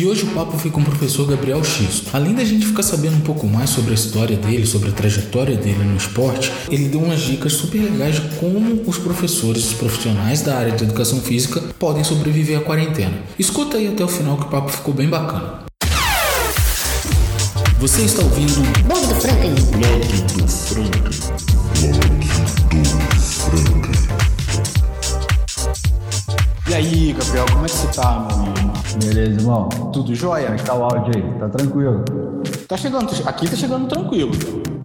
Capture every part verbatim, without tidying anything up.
E hoje o papo foi com o professor Gabriel Xisto. Além da gente ficar sabendo um pouco mais sobre a história dele, sobre a trajetória dele no esporte, ele deu umas dicas super legais de como os professores, os profissionais da área de educação física podem sobreviver à quarentena. Escuta aí até o final que o papo ficou bem bacana. Você está ouvindo o Blog do Franklin. Blog do Franklin. Blog do Franklin. E aí, Gabriel, como é que você tá, meu amigo? Beleza, irmão. Tudo jóia? Como é que tá o áudio aí? Tá tranquilo? Tá chegando, aqui tá chegando tranquilo.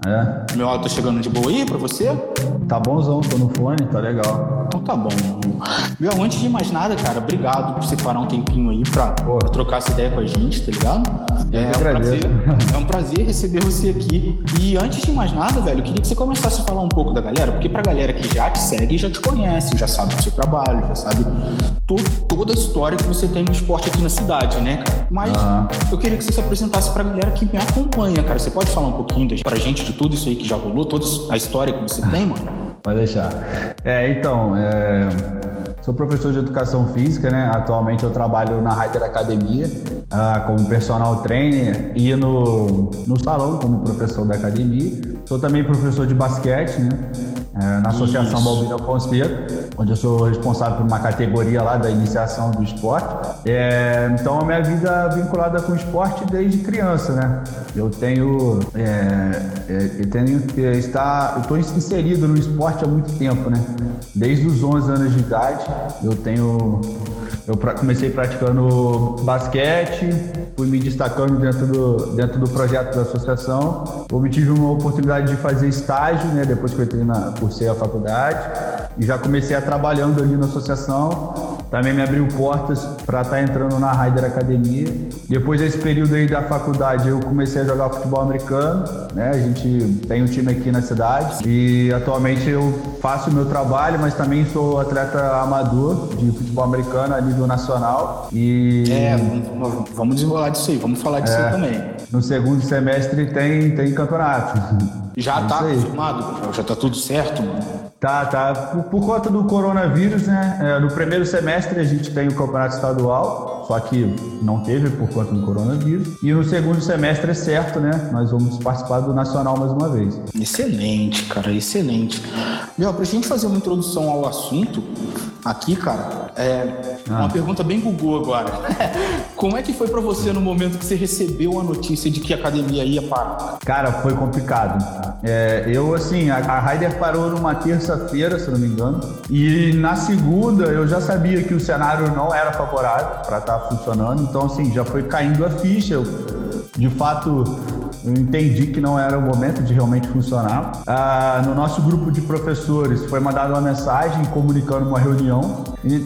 É? Meu áudio tá chegando de boa aí pra você? Tá bonzão, tô no fone, tá legal. Então tá bom. Meu, antes de mais nada, cara, obrigado por separar um tempinho aí pra, pra trocar essa ideia com a gente, tá ligado? Eu É, que um agradeço. prazer, é um prazer receber você aqui. E antes de mais nada, velho, eu queria que você começasse a falar um pouco da galera, porque pra galera que já te segue e já te conhece, já sabe do seu trabalho, já sabe to, toda a história que você tem no esporte aqui na cidade, né, cara? Mas Uhum. eu queria que você se apresentasse pra galera que me acompanha, cara. Você pode falar um pouquinho pra gente de tudo isso aí que já rolou, toda a história que você tem, mano? Pode deixar. É, então, é, sou professor de educação física, né? Atualmente eu trabalho na Raider Academia ah, como personal trainer e no, no salão como professor da academia. Sou também professor de basquete, né? É, na Associação Balbino Fonseca, onde eu sou responsável por uma categoria lá da iniciação do esporte. É, então a minha vida é vinculada com o esporte desde criança, né? Eu tenho, é, é, eu tenho que estar, eu estou inserido no esporte há muito tempo, né? Desde os onze anos de idade, eu tenho, eu pra, comecei praticando basquete, fui me destacando dentro do, dentro do projeto da associação. Obtive uma oportunidade de fazer estágio, né? Depois que eu entrei na cursei a faculdade e já comecei a trabalhando ali na associação. Também me abriu portas para estar entrando na Raider Academia. Depois desse período aí da faculdade, eu comecei a jogar futebol americano, né? A gente tem um time aqui na cidade e atualmente eu faço o meu trabalho, mas também sou atleta amador de futebol americano a nível nacional. E É, vamos, vamos desenrolar disso aí, vamos falar disso É. aí também. no segundo semestre tem, tem campeonato. Já É tá isso aí. confirmado, Gabriel? Já tá tudo certo, mano? Tá, tá. Por, por conta do coronavírus, né? É, no primeiro semestre a gente tem o campeonato estadual, só que não teve por conta do coronavírus. E no segundo semestre é certo, né? Nós vamos participar do nacional mais uma vez. Excelente, cara, excelente. Meu, pra gente fazer uma introdução ao assunto aqui, cara, é Ah. uma pergunta bem Google agora. Como é que foi pra você no momento que você recebeu a notícia de que a academia ia parar? Cara, foi complicado. É, eu, assim, a, a Raider parou numa terça-feira, se não me engano. E na segunda eu já sabia que o cenário não era favorável para estar funcionando. Então, assim, já foi caindo a ficha. Eu, de fato, eu entendi que não era o momento de realmente funcionar. Ah, no nosso grupo de professores foi mandada uma mensagem comunicando uma reunião.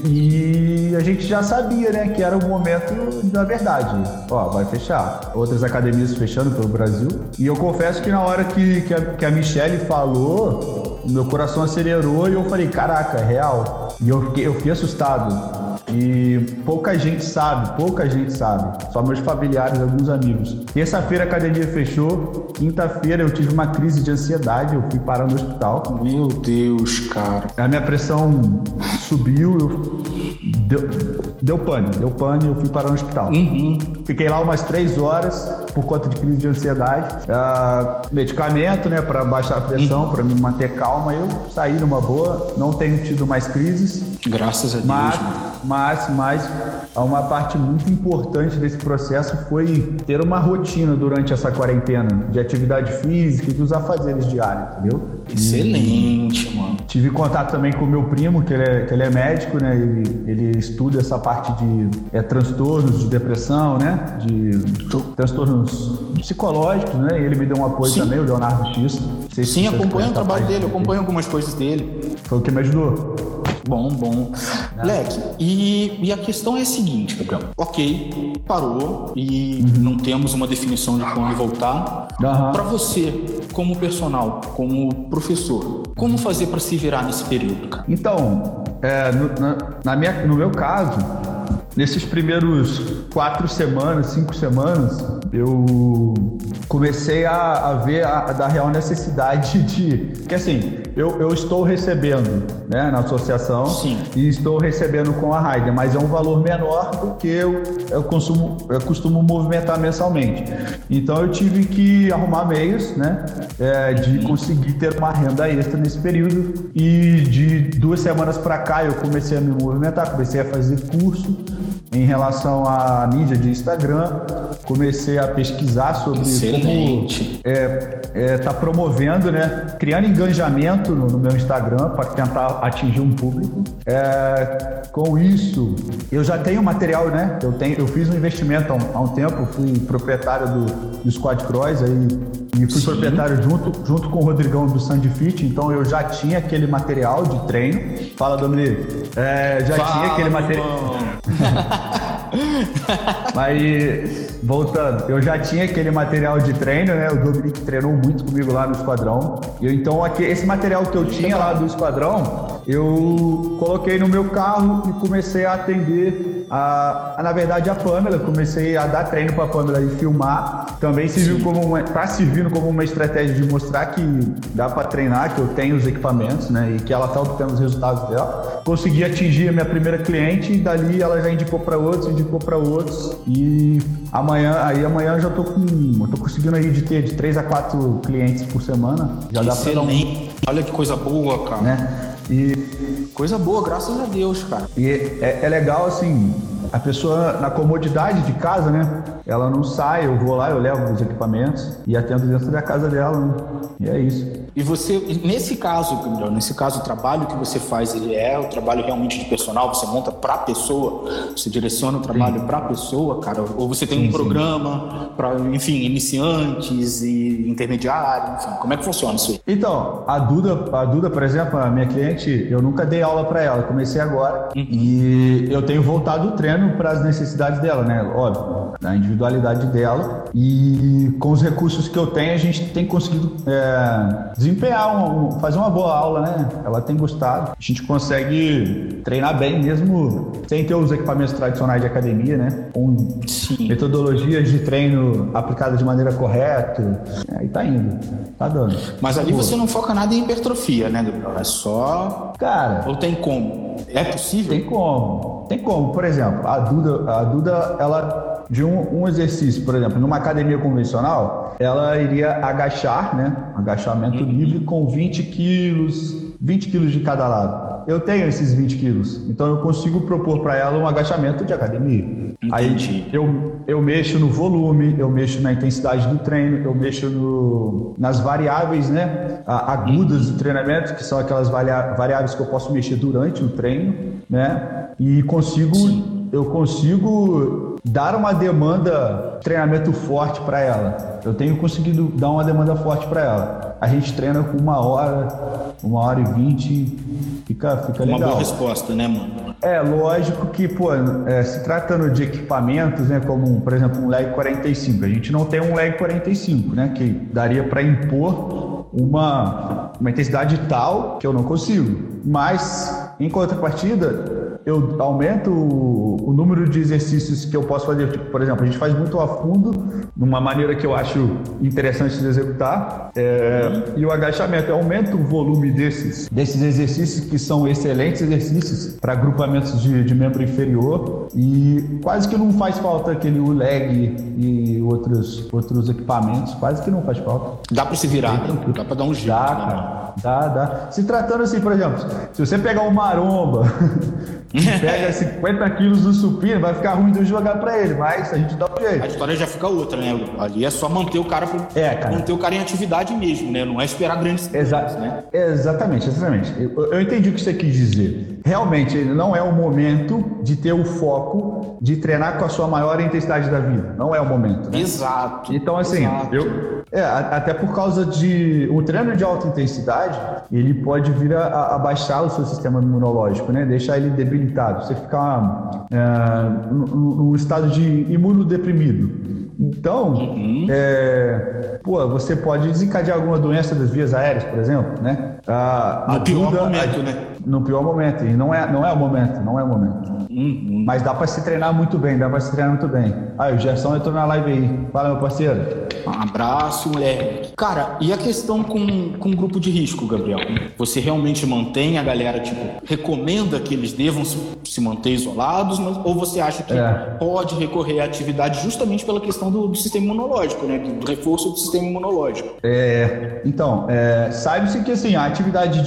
E, e a gente já sabia, né, que era o momento da verdade. Ó, vai fechar. Outras academias fechando pelo Brasil. E eu confesso que na hora que, que, a, que a Michelle falou, o meu coração acelerou e eu falei, caraca, é real. E eu fiquei, eu fiquei assustado. E pouca gente sabe, pouca gente sabe. Só meus familiares, alguns amigos. Terça-feira a academia fechou. Quinta-feira eu tive uma crise de ansiedade. Eu fui parar no hospital. Meu Deus, cara. A minha pressão subiu. Eu... Deu, deu pane, deu pane. Eu fui parar no hospital. Uhum. Fiquei lá umas três horas por conta de crise de ansiedade. Ah, medicamento, né, para baixar a pressão, para me manter calma. Eu saí numa boa. Não tenho tido mais crises. Graças a Deus, Mas, mano. mas, mas uma parte muito importante desse processo foi ter uma rotina durante essa quarentena de atividade física e dos afazeres diários, entendeu? Excelente, mano. Tive contato também com o meu primo, que ele é, que ele é médico, né? Ele, ele estuda essa parte de é, transtornos de depressão, né? De transtornos psicológicos, né? E ele me deu um apoio Sim. também, o Leonardo X. Não sei se Sim, vocês acompanho o conhecem trabalho essa dele, eu parte acompanho algumas coisas dele. Foi o que me ajudou. Bom, bom. Leque, e, e a questão é a seguinte, Gabriel. Ok, parou e não temos uma definição de quando voltar. Aham. Pra você, como personal, como professor, como fazer pra se virar nesse período, cara? Então, é, no, na, na minha, no meu caso, nesses primeiros quatro semanas, cinco semanas, eu comecei a, a ver a, a da real necessidade de... Porque assim, eu, eu estou recebendo, né, na associação. Sim. E estou recebendo com a Raider, mas é um valor menor do que eu, eu, consumo, eu costumo movimentar mensalmente. Então eu tive que arrumar meios, né, é, de conseguir ter uma renda extra nesse período. E de duas semanas para cá eu comecei a me movimentar, comecei a fazer curso em relação à mídia de Instagram, comecei a pesquisar sobre Excelente. como é, é, tá promovendo, né, criando engajamento no, no meu Instagram para tentar atingir um público. É, com isso, eu já tenho material, né? Eu, tenho, eu fiz um investimento há um, há um tempo, fui proprietário do, do Squad Cross aí, e fui Sim. proprietário junto, junto com o Rodrigão do Sandfit, então eu já tinha aquele material de treino. Fala, Dominique. É, já Fala, tinha aquele material. Mas, voltando, eu já tinha aquele material de treino, né? O Dominique treinou muito comigo lá no Esquadrão. Eu, então, aqui, esse material que eu tinha lá do Esquadrão, eu coloquei no meu carro e comecei a atender, a, a, na verdade, a Pamela. Comecei a dar treino para a Pamela e filmar. Também serviu Sim. como uma, tá servindo como uma estratégia de mostrar que dá para treinar, que eu tenho os equipamentos, né? E que ela está obtendo os resultados dela. Consegui atingir a minha primeira cliente e dali ela já indicou para outros, indicou para outros. E amanhã, aí amanhã eu já tô com, eu tô conseguindo aí de ter de três a quatro clientes por semana. Já dá para dar um... Olha que coisa boa, cara. Né? E coisa boa, graças a Deus, cara. E é, é legal, assim, a pessoa na comodidade de casa, né? Ela não sai, eu vou lá, eu levo os equipamentos e atendo dentro da casa dela, né? E é isso. E você, nesse caso, Gabriel, nesse caso, o trabalho que você faz, ele é o trabalho realmente de personal? Você monta pra pessoa? Você direciona o trabalho sim. pra pessoa, cara? Ou você tem sim, um programa para, enfim, iniciantes e intermediários? Enfim, como é que funciona isso aí? Então, a Duda, a Duda, por exemplo, a minha cliente, eu nunca dei aula pra ela, comecei agora. Uhum. E eu tenho voltado o treino para as necessidades dela, né? Óbvio, na individualidade dela. E com os recursos que eu tenho, a gente tem conseguido é, desempenhar, um, fazer uma boa aula, né? Ela tem gostado. A gente consegue treinar bem mesmo sem ter os equipamentos tradicionais de academia, né? Com Sim. metodologias de treino aplicadas de maneira correta. Aí tá indo, tá dando. Mas ali Pô. você não foca nada em hipertrofia, né, Gabriel? É só... Cara... Ou tem como? É possível? Tem como. Tem como. Por exemplo, a Duda, a Duda ela... De um, um exercício, por exemplo, numa academia convencional, ela iria agachar, né? Agachamento uhum. livre com vinte quilos, vinte quilos de cada lado. Eu tenho esses vinte quilos, então eu consigo propor para ela um agachamento de academia. Entendi. Aí eu, eu mexo no volume, eu mexo na intensidade do treino, eu mexo no, nas variáveis, né? Agudas do treinamento, que são aquelas variáveis que eu posso mexer durante o treino, né? E consigo, Sim. eu consigo dar uma demanda, treinamento forte para ela. Eu tenho conseguido dar uma demanda forte para ela. A gente treina com uma hora, uma hora e vinte, fica, fica legal. Uma boa resposta, né, mano? É, lógico que, pô, é, se tratando de equipamentos, né, como, por exemplo, um leg quarenta e cinco, a gente não tem um leg quarenta e cinco, né, que daria para impor uma, uma intensidade tal que eu não consigo. Mas, em contrapartida, eu aumento o, o número de exercícios que eu posso fazer. Tipo, por exemplo, a gente faz muito a fundo, numa maneira que eu acho interessante de executar, é, e o agachamento. Eu aumento o volume desses, desses exercícios, que são excelentes exercícios para agrupamentos de, de membro inferior, e quase que não faz falta aquele leg e outros, outros equipamentos, quase que não faz falta. Dá para se virar, né? Dá para dar um jeito. Dá, cara. Dá, dá. Se tratando assim, por exemplo, se você pegar um maromba pega cinquenta quilos do supino, vai ficar ruim de eu jogar pra ele, mas a gente dá um jeito. A história já fica outra, né? Ali é só manter o cara, é, cara. manter o cara em atividade mesmo, né? Não é esperar grandes Exa coisas, né? Exatamente, exatamente. Eu, eu entendi o que você quis dizer. Realmente, não é o momento de ter o foco de treinar com a sua maior intensidade da vida. Não é o momento, né? Exato. Então, assim, exato. eu... É, até por causa de... O treino de alta intensidade, ele pode vir a, a baixar o seu sistema imunológico, né? Deixar ele debilitado. Você ficar é, num estado de imunodeprimido. Então, uhum. é, pô, você pode desencadear alguma doença das vias aéreas, por exemplo, né? A, no a pior Duda, momento, a, né? no pior momento. E não é, não é o momento, não é o momento. Uhum. Mas dá pra se treinar muito bem, dá pra se treinar muito bem. Aí, o Gerson entrou na live aí. Fala, meu parceiro. Um abraço, moleque. Cara, e a questão com, com grupo de risco, Gabriel? Você realmente mantém a galera, tipo, recomenda que eles devam se, se manter isolados, mas, ou você acha que É. pode recorrer à atividade justamente pela questão do, do sistema imunológico, né? Do reforço do sistema imunológico? É, então, é, sabe-se que assim, a atividade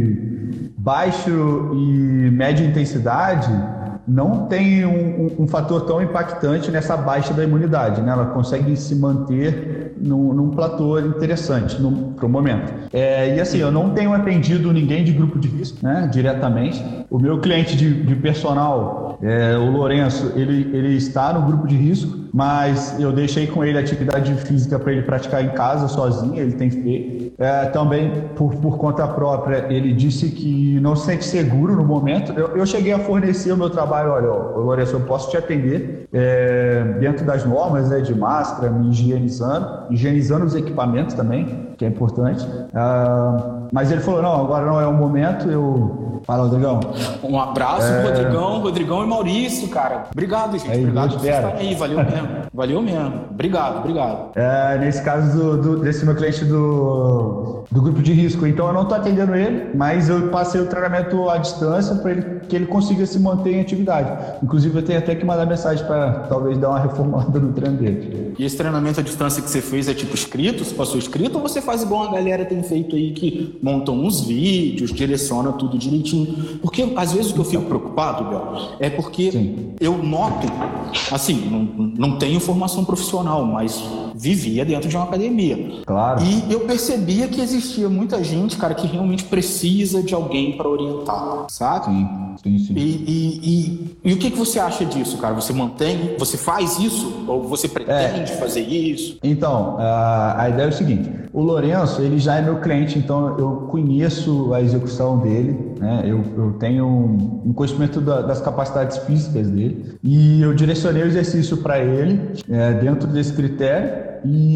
de baixo e média intensidade não tem um, um, um fator tão impactante nessa baixa da imunidade, né? Ela consegue se manter num, num platô interessante para o momento. É, e assim, eu não tenho atendido ninguém de grupo de risco, né, diretamente. O meu cliente de, de personal, é, o Lourenço, ele, ele está no grupo de risco, mas eu deixei com ele atividade física para ele praticar em casa sozinho, ele tem feito. É, também, por, por conta própria, ele disse que não se sente seguro no momento. Eu, eu cheguei a fornecer o meu trabalho, olha, ó, Lourenço, eu posso te atender é, dentro das normas, né, de máscara, me higienizando, higienizando os equipamentos também, que é importante. Ah, mas ele falou, não, agora não é o momento, eu... Fala, Rodrigão. Um abraço, É... Rodrigão, Rodrigão e Maurício, cara. Obrigado, gente. Aí, obrigado por vocês espera. estarem aí. Valeu mesmo. Valeu mesmo. Obrigado, obrigado. É, nesse caso do, do- desse meu cliente do, do grupo de risco. Então eu não estou atendendo ele, mas eu passei o treinamento à distância para ele, que ele consiga se manter em atividade. Inclusive eu tenho até que mandar mensagem para talvez dar uma reformulada no treino dele. E esse treinamento à distância que você fez é tipo escrito? Você passou escrito ou você faz igual a galera tem feito aí, que montam uns vídeos, direciona tudo direitinho? Porque às vezes o que eu fico preocupado, Bel, é porque Sim. eu noto, assim, não, não tenho formação profissional, mas vivia dentro de uma academia. Claro. E eu percebia que existia muita gente, cara, que realmente precisa de alguém para orientar, sabe? Sim, sim, sim. E, e, e, e o que, que você acha disso, cara? Você mantém, você faz isso? Ou você pretende fazer isso? Então, a, a ideia é o seguinte, o Lourenço, ele já é meu cliente, então eu conheço a execução dele, né? Eu, eu tenho um, um conhecimento da, das capacidades físicas dele e eu direcionei o exercício para ele é, dentro desse critério.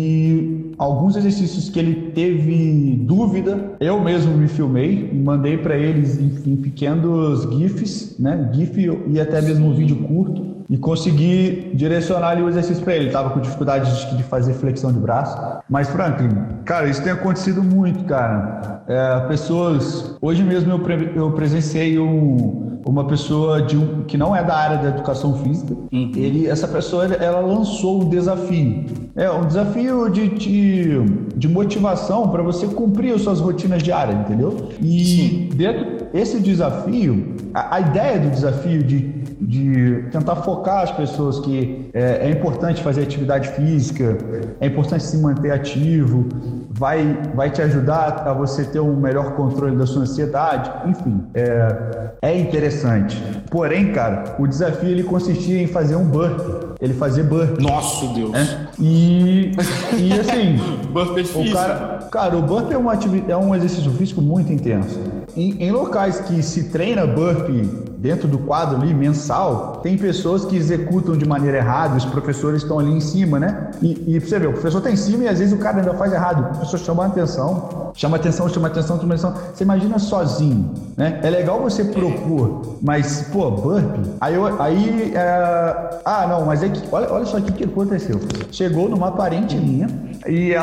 E alguns exercícios que ele teve dúvida, eu mesmo me filmei e mandei para eles em, em pequenos GIFs, né? GIF e até mesmo um vídeo curto, e consegui direcionar ali o exercício para ele. Ele tava com dificuldade de, de fazer flexão de braço. Mas, Franklin, cara, isso tem acontecido muito, cara. É, pessoas... Hoje mesmo eu, pre, eu presenciei um, uma pessoa de um, que não é da área da educação física. Uhum. Ele, essa pessoa, ela lançou um desafio. É um desafio de, de, de motivação para você cumprir as suas rotinas diárias, entendeu? E Sim. dentro esse desafio, a, a ideia do desafio de, de tentar focar as pessoas que é, é importante fazer atividade física, é importante se manter ativo, vai, vai te ajudar a você ter um melhor controle da sua ansiedade, enfim, é, é interessante. Porém, cara, o desafio ele consistia em fazer um burpee, ele fazia burpee. Nossa, Deus! É? E, e assim, burpee é difícil. O cara, cara, o burpee é, uma atividade, é um exercício físico muito intenso. Em, em locais que se treina burpee dentro do quadro ali, mensal, tem pessoas que executam de maneira errada, os professores estão ali em cima, né? E, e você vê, o professor está em cima e às vezes o cara ainda faz errado, o professor chama a atenção, chama atenção, chama atenção, chama atenção. Você imagina sozinho, né? É legal você propor, mas, pô, burpee, aí, eu, aí é... ah, não, mas é que, olha, olha só o que aconteceu. Chegou numa parente minha e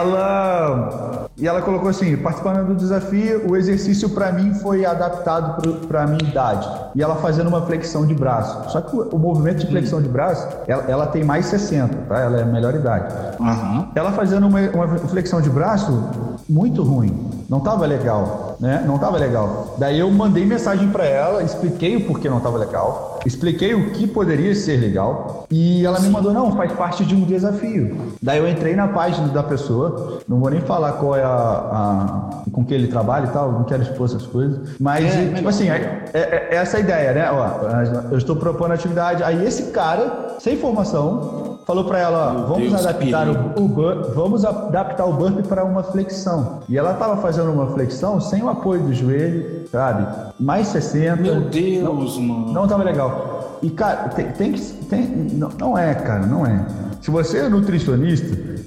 ela, e ela colocou assim, participando do desafio, o exercício para mim foi adaptado para a minha idade. E ela fazendo uma flexão de braço. Só que o, o movimento de flexão de braço, ela, ela tem mais sessenta, tá? Ela é a melhor idade. Uhum. Ela fazendo uma, uma flexão de braço muito ruim. Não tava legal, né? Não tava legal. Daí eu mandei mensagem para ela, expliquei o porquê não tava legal, expliquei o que poderia ser legal e ela me mandou, não, faz parte de um desafio. Daí eu entrei na página da pessoa, não vou nem falar qual é a, a com que ele trabalha e tal, não quero expor essas coisas, mas é, tipo assim, é, é, é essa a ideia, né? Ó, eu estou propondo atividade, aí esse cara, sem formação, falou para ela, ó, vamos Deus adaptar o, o burpee, vamos adaptar o burpee para uma flexão. E ela estava fazendo uma flexão sem o apoio do joelho, sabe? Mais sessenta. Meu Deus, não, mano. Não estava legal. E, cara, tem, tem que... Tem, não, não é, cara, não é. Se você é nutricionista,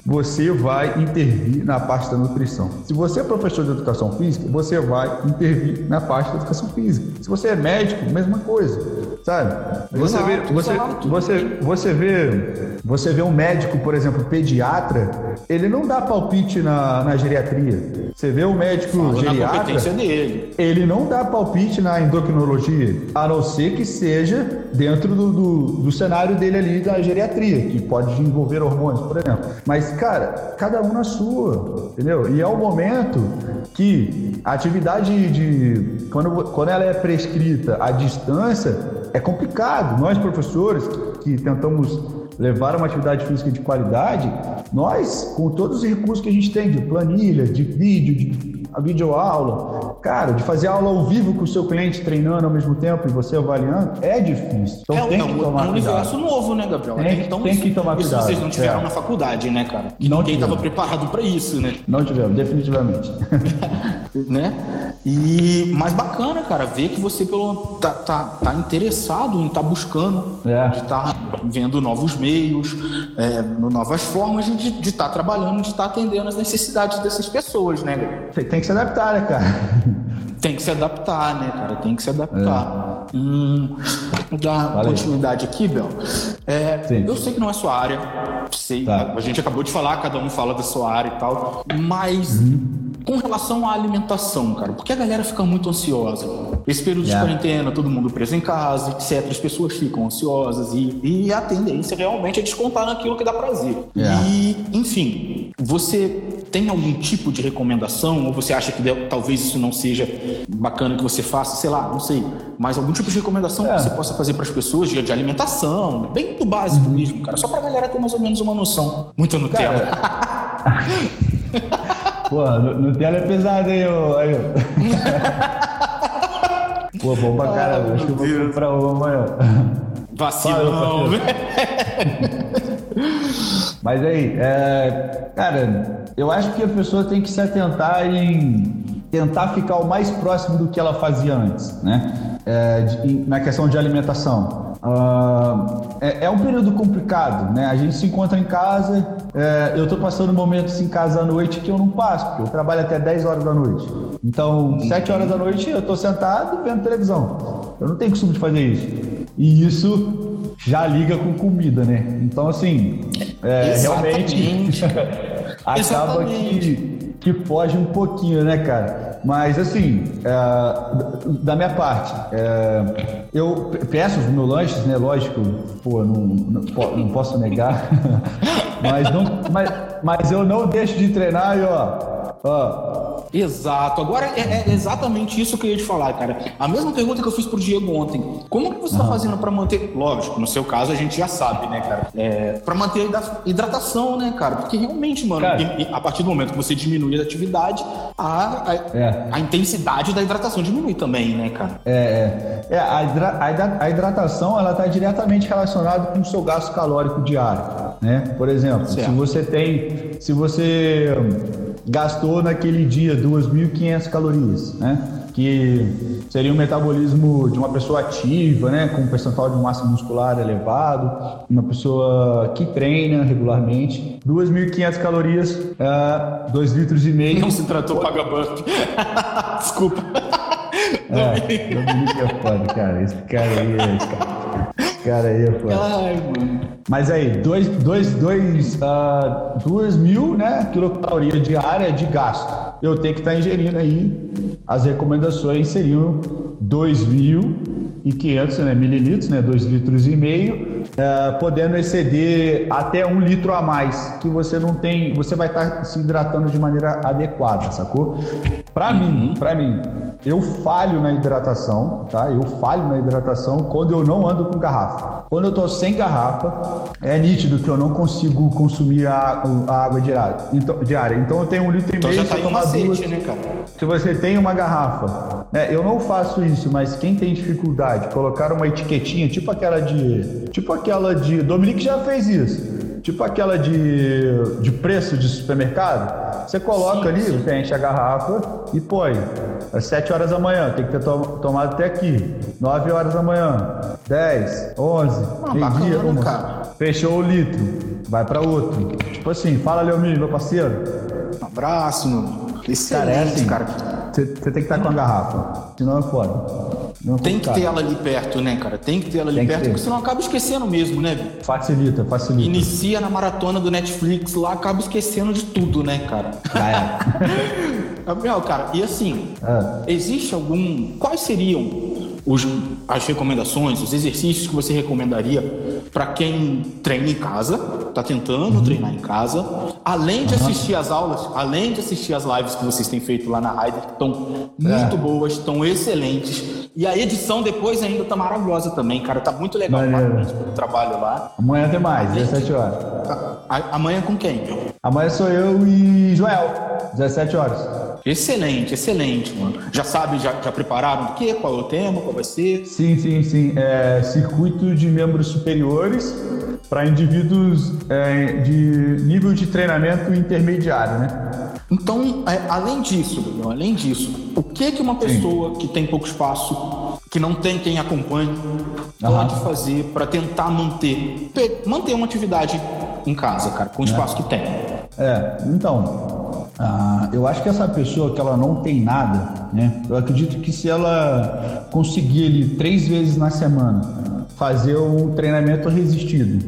você vai intervir na parte da nutrição. Se você é professor de educação física, você vai intervir na parte da educação física. Se você é médico, mesma coisa, sabe? Você Exato, vê, você, exato. você, você vê, você vê um médico, por exemplo, pediatra, ele não dá palpite na, na geriatria. Você vê um médico Fala na geriatra, competência dele. ele não dá palpite na endocrinologia, a não ser que seja dentro do, do, do cenário dele ali da geriatria, que pode envolver hormônios, por exemplo. Mas, cara, cada um na sua, entendeu? E é o momento que a atividade de... Quando, quando ela é prescrita à distância, é complicado. Nós, professores, que, que tentamos levar uma atividade física de qualidade, nós, com todos os recursos que a gente tem, de planilha, de vídeo, de a videoaula, cara, de fazer aula ao vivo com o seu cliente treinando ao mesmo tempo e você avaliando, é difícil. Então é, tem não, que é tomar um cuidado. universo novo, né, Gabriel? Tem, então, tem que tomar isso cuidado. vocês não tiveram é. na faculdade, né, cara? E Não ninguém estava tivemos. preparado para isso, né? Não tivemos, definitivamente. né? E mais bacana, cara, ver que você pelo tá, tá, tá interessado em estar tá buscando, É. de estar tá vendo novos meios, é, novas formas de estar tá trabalhando, de estar tá atendendo as necessidades dessas pessoas, né, Gabriel? Tem, tem que se adaptar, né, cara? Tem que se adaptar, né, cara? Tem que se adaptar. É. Hum, vou dar Valeu. continuidade aqui, Bel. É, eu sei que não é sua área, sei, Tá. a gente acabou de falar, cada um fala da sua área e tal, mas Uhum. com relação à alimentação, cara, porque a galera fica muito ansiosa. Esse período Yeah. de quarentena, todo mundo preso em casa, etcétera, as pessoas ficam ansiosas e, e a tendência realmente é descontar naquilo que dá prazer. Yeah. E, enfim, você tem algum tipo de recomendação ou você acha que deve, talvez isso não seja bacana que você faça, sei lá, não sei, mas algum tipo de recomendação É. que você possa fazer para as pessoas de, de alimentação, bem do básico Uhum. mesmo, cara, só pra galera ter mais ou menos uma noção. Muita Nutella. Pô, Nutella é pesado, hein, ô? Aí, ó. Pô, bom pra caramba. Acho que eu vou Deus. comprar uma amanhã. Vacilão, Fala, velho. Mas aí, é, cara, eu acho que a pessoa tem que se atentar em tentar ficar o mais próximo do que ela fazia antes, né? É, de, na questão de alimentação. Uh, é, é um período complicado, né? A gente se encontra em casa, é, eu tô passando momentos em casa à noite que eu não passo, porque eu trabalho até dez horas da noite. Então, sete horas da noite eu tô sentado vendo televisão. Eu não tenho costume de fazer isso. E isso já liga com comida, né? Então, assim, é, realmente acaba Exatamente. que, que foge um pouquinho, né, cara? Mas, assim, é, da minha parte, é, eu peço os meus lanches, né? Lógico, pô, não, não, não posso negar, mas, não, mas, mas eu não deixo de treinar e, ó, ó. Exato. Agora é, é exatamente isso que eu ia te falar, cara. A mesma pergunta que eu fiz pro Diego ontem. Como que você tá fazendo pra manter... Lógico, no seu caso a gente já sabe, né, cara? É, pra manter a hidra- hidratação, né, cara? Porque realmente, mano, Cara. e- e a partir do momento que você diminui a atividade, a, a, É. a intensidade da hidratação diminui também, né, cara? É, é, é a, hidra- a hidra- a hidratação ela está diretamente relacionada com o seu gasto calórico diário, né? Por exemplo, Certo. se você tem, se você hum, gastou naquele dia duas mil e quinhentas calorias, né? Que seria um metabolismo de uma pessoa ativa, né? Com um percentual de massa muscular elevado, uma pessoa que treina regularmente, duas mil e quinhentas calorias, uh, dois litros e meio. Não se tratou pagabando. Desculpa. É, Dominique é foda, cara. Esse cara aí é. Esse cara aí é foda. Ai, mano. Mas aí, dois, dois, dois, uh, duas mil, né, quilocalorias diária de gasto. Eu tenho que estar ingerindo aí, as recomendações seriam dois mil e quinhentos, né, mililitros, né, dois litros e meio, uh, podendo exceder até um litro a mais, que você não tem, você vai estar se hidratando de maneira adequada, sacou? Pra mim, pra mim, eu falho na hidratação, tá? Eu falho na hidratação quando eu não ando com garrafa. Quando eu tô sem garrafa, é nítido que eu não consigo consumir a, a água diária. Então, diária. Então eu tenho um litro e Então meio, já tá se eu em tomar macete, duas, né, cara? se você tem uma garrafa, né, eu não faço isso, mas quem tem dificuldade, colocar uma etiquetinha, tipo aquela de, tipo aquela de, Dominique já fez isso, tipo aquela de, de preço de supermercado, Você coloca sim, ali, sim. Você enche a garrafa e põe. Às sete horas da manhã, tem que ter to- tomado até aqui. nove horas da manhã, dez, onze, ah, meio-dia, bacana, cara. Fechou o litro, vai pra outro. Tipo assim, fala, Leomir, meu parceiro. Um abraço, meu. Excelente, cara. É assim, cara. Você tem que estar com a garrafa, senão é foda. Não tem que ter ela ali perto, né, cara? Tem que ter ela ali tem perto, porque senão acaba esquecendo mesmo, né? Facilita, facilita. Inicia na maratona do Netflix lá, acaba esquecendo de tudo, né, cara? Ah, é. Gabriel, cara, e assim, ah. existe algum... Quais seriam os, as recomendações, os exercícios que você recomendaria para quem treina em casa, tá tentando uhum. treinar em casa, além de uhum. assistir as aulas, além de assistir as lives que vocês têm feito lá na Rider, que estão muito é. boas, estão excelentes, e a edição depois ainda tá maravilhosa também, cara, tá muito legal, parabéns pelo trabalho lá. Amanhã tem mais, dezessete horas. Amanhã com quem? Amanhã sou eu e Joel, dezessete horas. Excelente, excelente, mano. Já sabe, já, já prepararam do quê? Qual é o tema? Qual vai ser? Sim, sim, sim. É circuito de membros superiores para indivíduos é, de nível de treinamento intermediário, né? Então, é, além disso, Gabriel, além disso, o que que uma pessoa sim. que tem pouco espaço, que não tem quem acompanhe, pode uhum. fazer para tentar manter, manter uma atividade em casa, cara, com o espaço é. que tem? É, então... Ah, eu acho que essa pessoa que ela não tem nada, né? Eu acredito que se ela conseguir ali três vezes na semana fazer um treinamento resistido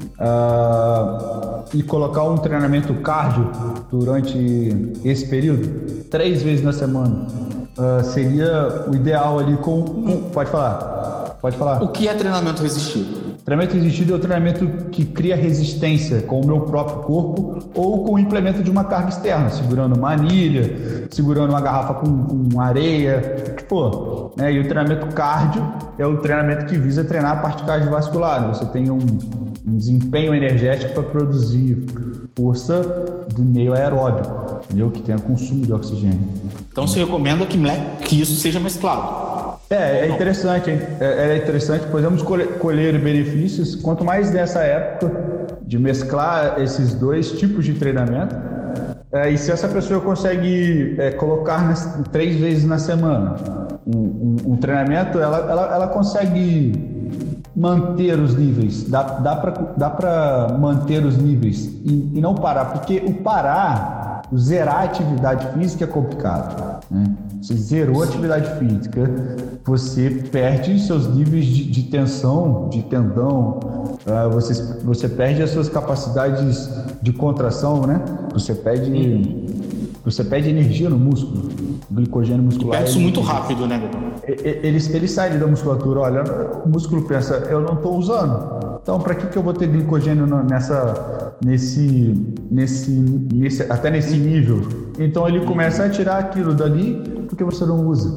ah, e colocar um treinamento cardio durante esse período, três vezes na semana, ah, seria o ideal ali com, com... Pode falar, pode falar. O que é treinamento resistido? Treinamento resistido é o treinamento que cria resistência com o meu próprio corpo ou com o implemento de uma carga externa, segurando uma anilha, segurando uma garrafa com, com areia, tipo, né? E o treinamento cardio é o treinamento que visa treinar a parte cardiovascular. Você tem um, um desempenho energético para produzir força do meio aeróbico, entendeu? Que tenha consumo de oxigênio. Então você recomenda que, que isso seja mesclado? É, é interessante, é, é interessante, podemos colher, colher benefícios, quanto mais nessa época de mesclar esses dois tipos de treinamento, é, e se essa pessoa consegue é, colocar nas, três vezes na semana um, um, um treinamento, ela, ela, ela consegue manter os níveis, dá, dá para dá para manter os níveis e, e não parar, porque o parar, o zerar a atividade física é complicado, né? Você zerou a atividade física, você perde seus níveis de, de tensão, de tendão, uh, você, você perde as suas capacidades de contração, né? Você perde, você perde energia no músculo, glicogênio muscular. Perde isso muito rápido, né? Ele, ele sai da musculatura, olha, o músculo pensa, eu não estou usando, então para que, que eu vou ter glicogênio nessa, nesse, nesse, nesse, até nesse nível? Então ele começa a tirar aquilo dali porque você não usa.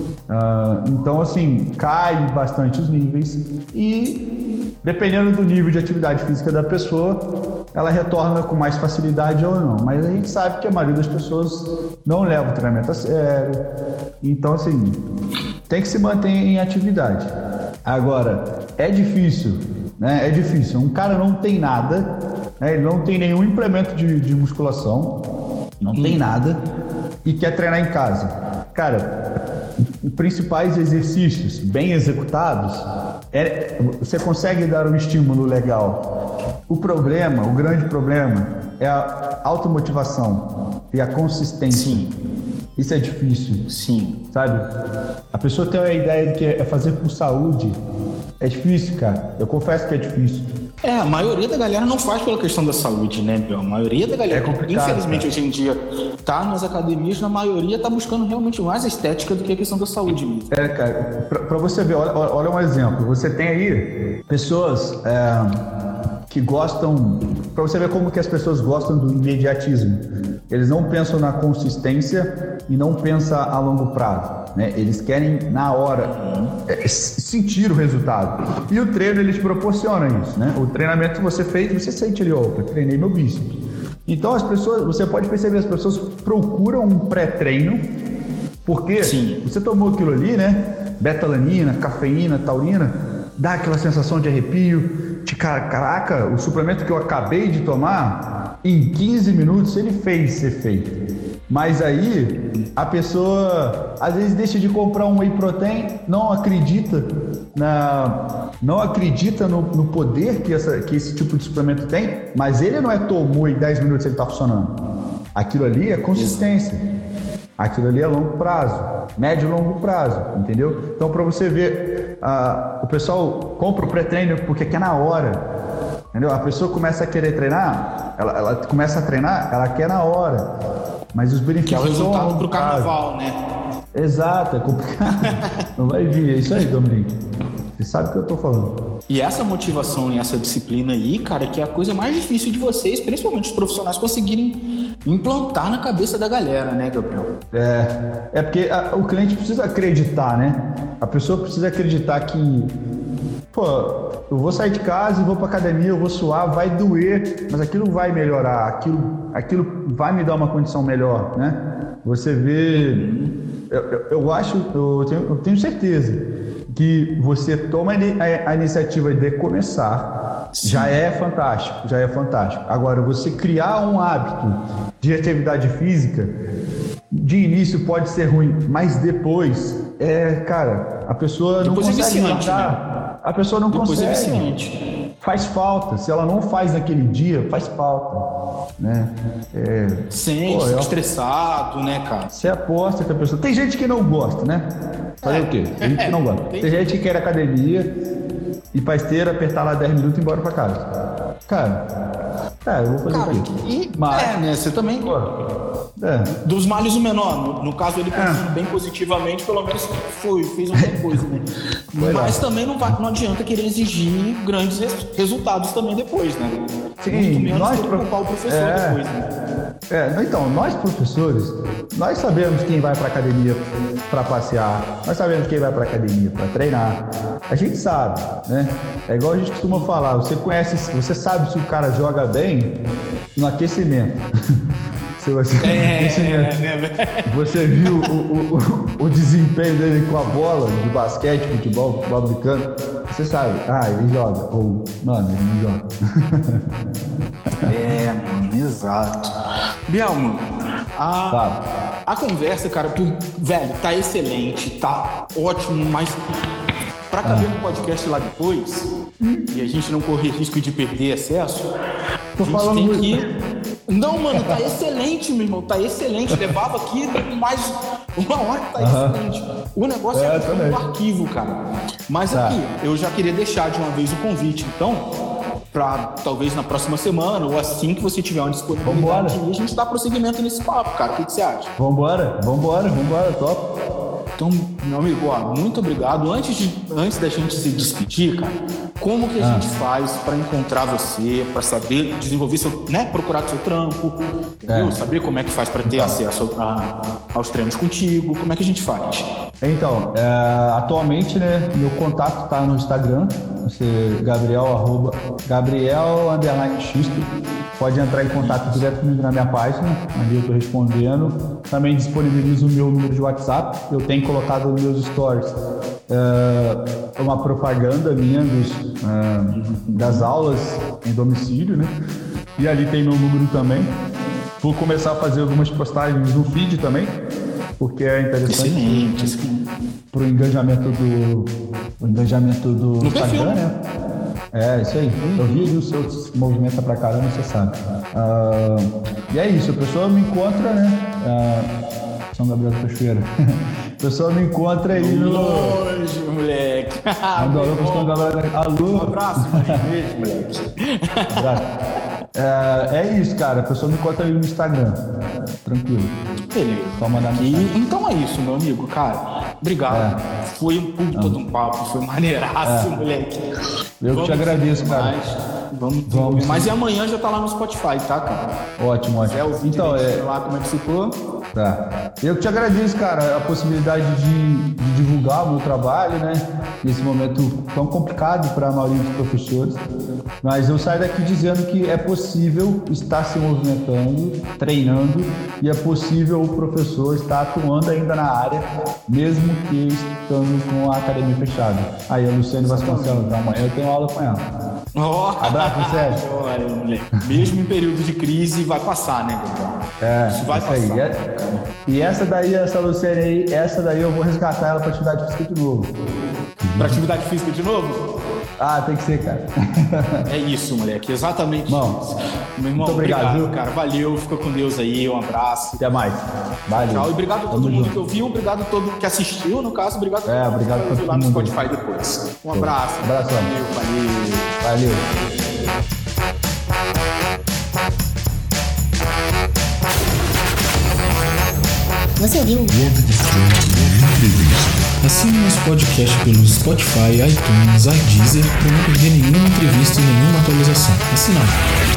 Uh, então, assim, cai bastante os níveis e, dependendo do nível de atividade física da pessoa, ela retorna com mais facilidade ou não. Mas a gente sabe que a maioria das pessoas não leva o treinamento a sério. Então, assim, tem que se manter em atividade. Agora, é difícil, né? É difícil. Um cara não tem nada, né? Ele não tem nenhum implemento de, de musculação, não hum. tem nada, e quer treinar em casa. Cara, os principais exercícios bem executados, é, você consegue dar um estímulo legal. O problema, o grande problema, é a automotivação e a consistência. Sim. Isso é difícil. Sim. Sabe? A pessoa tem a ideia de que é fazer por saúde. É difícil, cara. Eu confesso que é difícil. É, a maioria da galera não faz pela questão da saúde, né, Biel? A maioria da galera, é infelizmente, cara. Hoje em dia, tá nas academias, na maioria tá buscando realmente mais a estética do que a questão da saúde mesmo. É, cara, pra, pra você ver, olha, olha um exemplo. Você tem aí pessoas é, que gostam... Pra você ver como que as pessoas gostam do imediatismo. Eles não pensam na consistência e não pensam a longo prazo, né? Eles querem, na hora, é, sentir o resultado. E o treino, ele te proporciona isso, né? O treinamento que você fez, você sente ali, opa, treinei meu bíceps. Então, as pessoas, você pode perceber, as pessoas procuram um pré-treino, porque Sim. você tomou aquilo ali, né? Betalanina, cafeína, taurina, dá aquela sensação de arrepio, de caraca, o suplemento que eu acabei de tomar em quinze minutos ele fez ser feito. Mas aí a pessoa às vezes deixa de comprar um whey protein, não acredita na, não acredita no, no poder que, essa, que esse tipo de suplemento tem, mas ele não é tomou e em dez minutos ele está funcionando. Aquilo ali é consistência. Aquilo ali é longo prazo, médio e longo prazo, entendeu? Então, para você ver, uh, o pessoal compra o pré-treino porque quer na hora, entendeu? A pessoa começa a querer treinar, ela, ela começa a treinar, ela quer na hora, mas os benefícios que é o resultado são pro carnaval, né? Exato, é complicado. Não vai vir, é isso aí, Dominique. Você sabe o que eu tô falando. E essa motivação e essa disciplina aí, cara, que é a coisa mais difícil de vocês, principalmente os profissionais, conseguirem implantar na cabeça da galera, né, Gabriel? É, é porque a, o cliente precisa acreditar, né? A pessoa precisa acreditar que, pô, eu vou sair de casa e vou pra academia, eu vou suar, vai doer, mas aquilo vai melhorar, aquilo, aquilo vai me dar uma condição melhor, né? Você vê, eu, eu, eu acho, eu tenho, eu tenho certeza que você toma a, a iniciativa de começar, sim, já é fantástico, já é fantástico. Agora, você criar um hábito de atividade física, de início pode ser ruim, mas depois, é, cara, a pessoa depois não consegue é viciante, matar, né? A pessoa não depois consegue. É viciante. Faz falta, se ela não faz naquele dia, faz falta, né? É, Sente, pô, fica eu... estressado, né, cara? Você aposta que a pessoa... Tem gente que não gosta, né? Fazer é. o quê? Tem gente que não gosta. Tem, Tem gente que quer academia e pra esteira, apertar lá dez minutos e ir embora pra casa. Cara, cara, eu vou fazer cara, o quê? E, Mas, é, né? Você também... Pô, é. Dos males o menor. No, no caso, ele pensando é. bem positivamente, pelo menos foi, fez alguma coisa, né? Mas também não, vai, não adianta querer exigir grandes res, resultados também depois, né? Sim, muito menos nós preocupar o professor é. depois, né? É, então, nós professores, nós sabemos quem vai para academia para passear, nós sabemos quem vai para academia para treinar, a gente sabe, né? É igual a gente costuma falar, você conhece, você sabe se o cara joga bem no aquecimento. Se você, é, aquecimento, é, você viu o, o, o, o desempenho dele com a bola de basquete, futebol, futebol americano, você sabe, ah, ele joga, ou, mano, ele não joga. É, mano, exato. Biel, mano, a, a conversa, cara, tu, velho, tá excelente, tá ótimo, mas pra caber no podcast lá depois, e a gente não correr risco de perder acesso, Tô a gente falando tem muito. que... Não, mano, tá excelente, meu irmão, tá excelente. Levava aqui mais uma hora, tá uhum. excelente. O negócio é, é um arquivo, cara. Mas tá. Aqui, eu já queria deixar de uma vez o convite, então, pra talvez na próxima semana, ou assim que você tiver uma disponibilidade, a gente dá prosseguimento nesse papo, cara. O que, que você acha? Vambora, vambora, vambora, top. Então, meu amigo, ó, muito obrigado. Antes, de, antes da gente se despedir, cara, como que a ah. gente faz para encontrar você, para saber desenvolver seu, né, procurar seu trampo, entendeu? É. Saber como é que faz para ter então. acesso a, aos treinos contigo, como é que a gente faz? Então, é, atualmente, né, meu contato tá no Instagram, você, Gabriel, arroba, Gabriel, underline Xisto. Pode entrar em contato direto comigo na minha página, ali eu estou respondendo. Também disponibilizo o meu número de WhatsApp. Eu tenho colocado nos meus stories uh, uma propaganda minha dos, uh, das aulas em domicílio, né? E ali tem meu número também. Vou começar a fazer algumas postagens no feed também, porque é interessante para o engajamento do, o engajamento do no Instagram, perfil, né? É, isso aí. Eu vi ali o seu movimento pra caramba, você sabe. Uh, e é isso, a pessoa me encontra, né? Uh, São Gabriel da Cachoeira. A pessoa me encontra aí no... Longe, moleque. Manda alô pro São Gabriel da... Alô. Um abraço, beijo, moleque. Um abraço. É, é isso, cara. A pessoa me encontra aí no Instagram. Tranquilo. Beleza. Só mandar mensagem. Então é isso, meu amigo. Cara, obrigado. É. Foi um puta de um papo. Foi maneiraço, é. moleque. Eu Vamos te agradeço, cara. Mais. Vamos, Vamos. Mas e amanhã já tá lá no Spotify, tá, cara? Ótimo, ótimo. É o vídeo então, é... lá como é que ficou. Tá. Eu que te agradeço, cara, a possibilidade de, de divulgar o meu trabalho, né? Nesse momento tão complicado para a maioria dos professores. Mas eu saio daqui dizendo que é possível estar se movimentando, treinando, e é possível o professor estar atuando ainda na área, mesmo que estando com a academia fechada. Aí a Luciane Vasconcelos, amanhã eu tenho aula com ela. Oh. Abraço, Sérgio. Olha, moleque. Mesmo em período de crise, vai passar, né, Gabriel? É, isso vai isso passar. Aí. E essa daí, essa Luciane aí, essa daí eu vou resgatar ela pra atividade física de novo. Pra atividade física de novo? Ah, tem que ser, cara. É isso, moleque. Exatamente Bom, isso. Meu irmão, muito obrigado, obrigado, viu? cara. Valeu, fica com Deus aí. Um abraço. Até mais. Valeu. Tchau. E obrigado a todo Tamo mundo junto. que ouviu, obrigado a todo mundo que assistiu, no caso, obrigado a É, todo mundo obrigado que vai pra ouvir lá todo no mundo. Spotify depois. Um abraço. Abração. Valeu, valeu. Valeu. Você ouviu? Blog do Franklin Entrevista. Assine nosso podcast pelo Spotify, iTunes, iDeezer para não perder nenhuma entrevista e nenhuma atualização. Assinado.